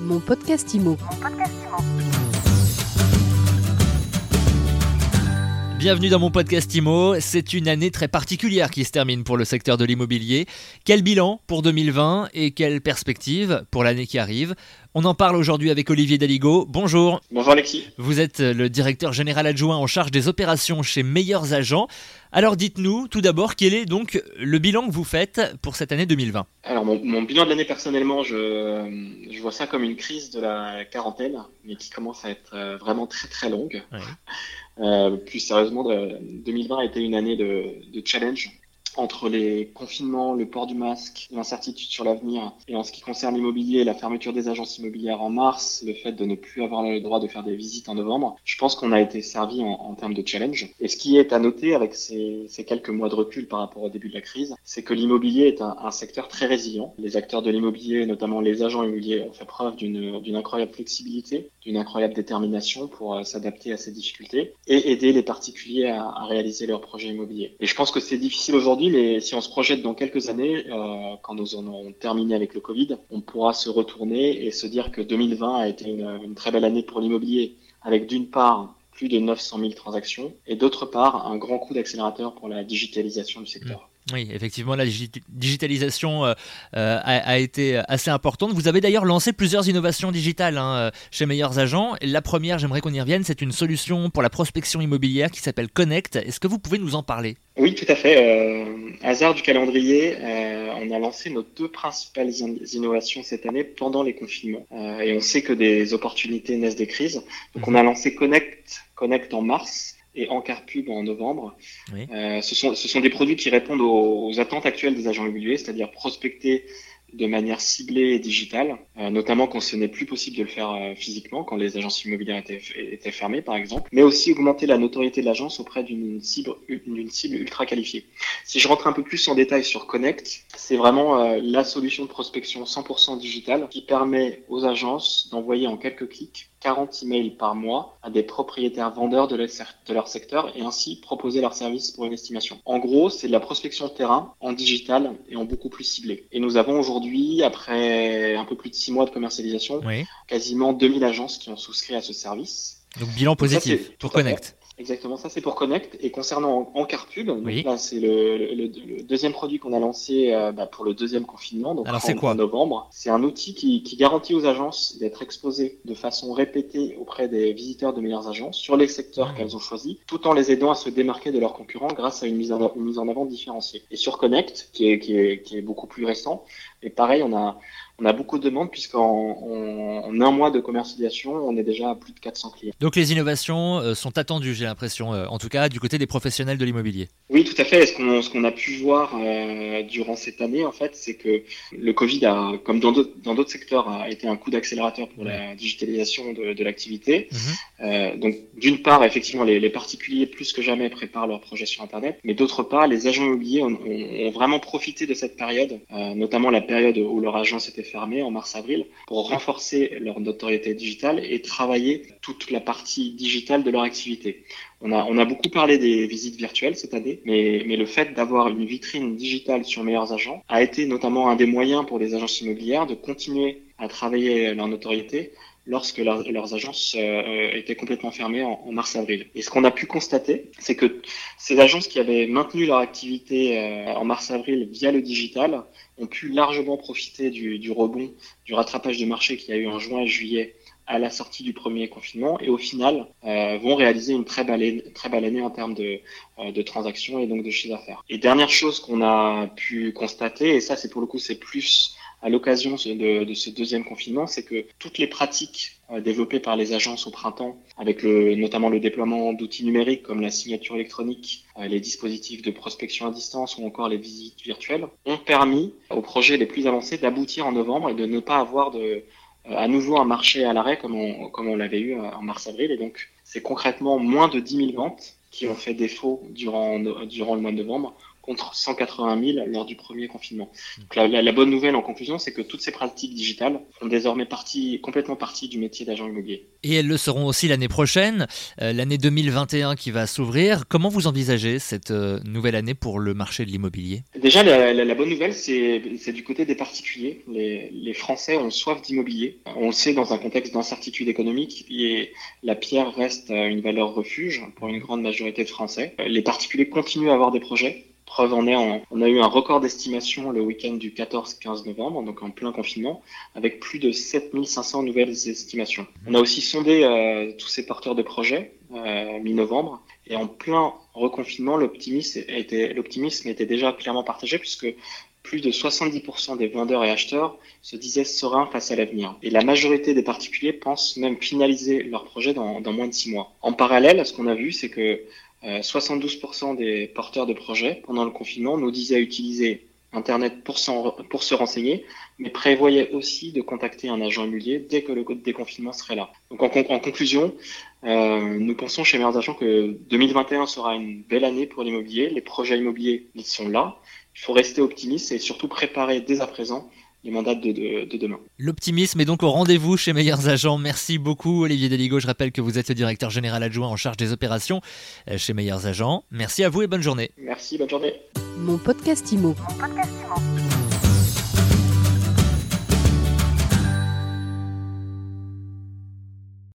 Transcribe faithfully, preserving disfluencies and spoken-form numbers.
Mon podcast Imo. Bienvenue dans mon podcast Imo. C'est une année très particulière qui se termine pour le secteur de l'immobilier. Quel bilan pour deux mille vingt et quelles perspectives pour l'année qui arrive? On en parle aujourd'hui avec Olivier Daligo. Bonjour. Bonjour Alexis. Vous êtes le directeur général adjoint en charge des opérations chez Meilleurs Agents. Alors dites-nous tout d'abord quel est donc le bilan que vous faites pour cette année deux mille vingt? Alors mon, mon bilan de l'année personnellement, je, je vois ça comme une crise de la quarantaine, mais qui commence à être vraiment très très longue. Oui. Euh, plus sérieusement, de, deux mille vingt a été une année de, de challenge entre les confinements, le port du masque, l'incertitude sur l'avenir, et en ce qui concerne l'immobilier, la fermeture des agences immobilières en mars, le fait de ne plus avoir le droit de faire des visites en novembre. Je pense qu'on a été servi en, en termes de challenge. Et ce qui est à noter avec ces, ces quelques mois de recul par rapport au début de la crise, c'est que l'immobilier est un, un secteur très résilient. Les acteurs de l'immobilier, notamment les agents immobiliers, ont fait preuve d'une, d'une incroyable flexibilité, d'une incroyable détermination pour euh, s'adapter à ces difficultés et aider les particuliers à, à réaliser leurs projets immobiliers. Et je pense que c'est difficile aujourd'hui, mais si on se projette dans quelques années, euh, quand nous en aurons terminé avec le Covid, on pourra se retourner et se dire que deux mille vingt a été une, une très belle année pour l'immobilier, avec d'une part plus de neuf cent mille transactions et d'autre part un grand coup d'accélérateur pour la digitalisation du secteur. Oui, effectivement, la digitalisation euh, a, a été assez importante. Vous avez d'ailleurs lancé plusieurs innovations digitales hein, chez Meilleurs Agents. Et la première, j'aimerais qu'on y revienne, c'est une solution pour la prospection immobilière qui s'appelle Connect. Est-ce que vous pouvez nous en parler? Oui, tout à fait. Euh, hasard du calendrier, euh, on a lancé nos deux principales innovations cette année pendant les confinements. Euh, et on sait que des opportunités naissent des crises. Donc, on a lancé Connect, Connect en mars et Encarpub en novembre. Oui. Euh, ce sont, ce sont des produits qui répondent aux, aux attentes actuelles des agents immobiliers, c'est-à-dire prospecter de manière ciblée et digitale, euh, notamment quand ce n'est plus possible de le faire euh, physiquement, quand les agences immobilières étaient, étaient fermées par exemple, mais aussi augmenter la notoriété de l'agence auprès d'une cible, d'une cible ultra qualifiée. Si je rentre un peu plus en détail sur Connect, c'est vraiment euh, la solution de prospection cent pour cent digitale qui permet aux agences d'envoyer en quelques clics quarante emails par mois à des propriétaires vendeurs de leur, de leur secteur et ainsi proposer leurs services pour une estimation. En gros, c'est de la prospection de terrain en digital et en beaucoup plus ciblé. Et nous avons aujourd'hui, après un peu plus de six mois de commercialisation, oui. quasiment deux mille agences qui ont souscrit à ce service. Donc bilan positif ça, pour Connect. Exactement, ça c'est pour Connect. Et concernant Encarpub, oui. donc là c'est le, le, le, le deuxième produit qu'on a lancé euh, bah, pour le deuxième confinement, donc Alors, c'est quoi en novembre. C'est un outil qui, qui garantit aux agences d'être exposées de façon répétée auprès des visiteurs de Meilleures Agences sur les secteurs mmh. qu'elles ont choisis, tout en les aidant à se démarquer de leurs concurrents grâce à une mise en, une mise en avant différenciée. Et sur Connect, qui est, qui est, qui est beaucoup plus récent, et pareil, on a On a beaucoup de demandes puisqu'en en, en un mois de commercialisation, on est déjà à plus de quatre cents clients. Donc les innovations euh, sont attendues, j'ai l'impression, euh, en tout cas du côté des professionnels de l'immobilier. Oui, tout à fait. Et ce qu'on, ce qu'on a pu voir euh, durant cette année, en fait, c'est que le Covid, a, comme dans d'autres, dans d'autres secteurs, a été un coup d'accélérateur pour la digitalisation de, de l'activité. Mmh. Euh, donc d'une part, effectivement, les, les particuliers plus que jamais préparent leurs projets sur Internet, mais d'autre part, les agents immobiliers ont, ont, ont vraiment profité de cette période, euh, notamment la période où leur agence était fermée en mars-avril, pour renforcer leur notoriété digitale et travailler toute la partie digitale de leur activité. On a, on a beaucoup parlé des visites virtuelles cette année, mais, mais le fait d'avoir une vitrine digitale sur Meilleurs Agents a été notamment un des moyens pour les agences immobilières de continuer à travailler leur notoriété lorsque leur, leurs agences euh, étaient complètement fermées en, en mars-avril. Et ce qu'on a pu constater, c'est que ces agences qui avaient maintenu leur activité euh, en mars-avril via le digital ont pu largement profiter du, du rebond, du rattrapage de marché qu'il y a eu en juin et juillet à la sortie du premier confinement et au final euh, vont réaliser une très belle année, très belle année en termes de, euh, de transactions et donc de chiffre d'affaires. Et dernière chose qu'on a pu constater, et ça c'est pour le coup c'est plus à l'occasion de, de ce deuxième confinement, c'est que toutes les pratiques euh, développées par les agences au printemps, avec le, notamment le déploiement d'outils numériques comme la signature électronique, euh, les dispositifs de prospection à distance ou encore les visites virtuelles, ont permis aux projets les plus avancés d'aboutir en novembre et de ne pas avoir de à nouveau un marché à l'arrêt comme on, comme on l'avait eu en mars-avril. Et donc, c'est concrètement moins de dix mille ventes qui ont fait défaut durant, durant le mois de novembre contre cent quatre-vingt mille lors du premier confinement. Donc la, la, la bonne nouvelle en conclusion, c'est que toutes ces pratiques digitales font désormais partie, complètement partie du métier d'agent immobilier. Et elles le seront aussi l'année prochaine, euh, l'année deux mille vingt et un qui va s'ouvrir. Comment vous envisagez cette euh, nouvelle année pour le marché de l'immobilier ? Déjà, la, la, la bonne nouvelle, c'est, c'est du côté des particuliers. Les, les Français ont soif d'immobilier. On le sait dans un contexte d'incertitude économique, et la pierre reste une valeur refuge pour une grande majorité de Français. Les particuliers continuent à avoir des projets. Preuve en est, on a eu un record d'estimation le week-end du quatorze quinze novembre, donc en plein confinement, avec plus de sept mille cinq cents nouvelles estimations. On a aussi sondé euh, tous ces porteurs de projets euh, mi-novembre, et en plein reconfinement, l'optimisme était, l'optimisme était déjà clairement partagé, puisque plus de soixante-dix pour cent des vendeurs et acheteurs se disaient sereins face à l'avenir. Et la majorité des particuliers pensent même finaliser leur projet dans, dans moins de six mois. En parallèle, ce qu'on a vu, c'est que Euh, soixante-douze pour cent des porteurs de projets pendant le confinement nous disaient utiliser Internet pour, pour se renseigner, mais prévoyaient aussi de contacter un agent immobilier dès que le déconfinement serait là. Donc en, en conclusion, euh, nous pensons chez Meilleurs Agents que deux mille vingt et un sera une belle année pour l'immobilier. Les projets immobiliers, ils sont là. Il faut rester optimiste et surtout préparer dès à présent les mandats de, de, de demain. L'optimisme est donc au rendez-vous chez Meilleurs Agents. Merci beaucoup Olivier Deligo. Je rappelle que vous êtes le directeur général adjoint en charge des opérations chez Meilleurs Agents. Merci à vous et bonne journée. Merci, bonne journée. Mon podcast Imo. Mon podcast Imo.